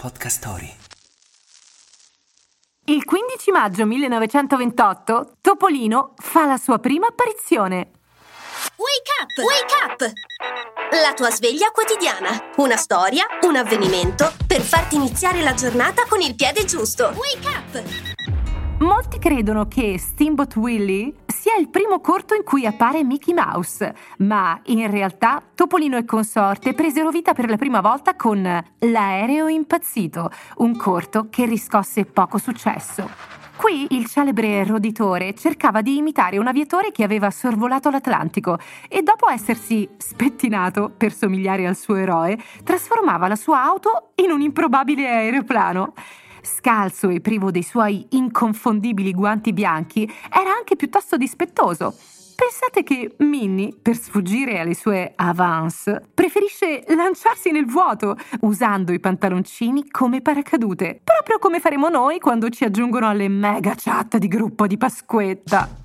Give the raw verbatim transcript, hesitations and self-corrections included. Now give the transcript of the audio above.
Podcast Story. Il quindici maggio millenovecentoventotto, Topolino fa la sua prima apparizione. Wake up! Wake up! La tua sveglia quotidiana. Una storia, un avvenimento per farti iniziare la giornata con il piede giusto. Wake up! Molti credono che Steamboat Willie sia il primo corto in cui appare Mickey Mouse, ma in realtà Topolino e consorte presero vita per la prima volta con L'aereo impazzito, un corto che riscosse poco successo. Qui il celebre roditore cercava di imitare un aviatore che aveva sorvolato l'Atlantico e dopo essersi spettinato per somigliare al suo eroe, trasformava la sua auto in un improbabile aeroplano. Scalzo e privo dei suoi inconfondibili guanti bianchi, era anche piuttosto dispettoso. Pensate che Minnie, per sfuggire alle sue avance, preferisce lanciarsi nel vuoto, usando i pantaloncini come paracadute, proprio come faremo noi quando ci aggiungono alle mega chat di gruppo di Pasquetta.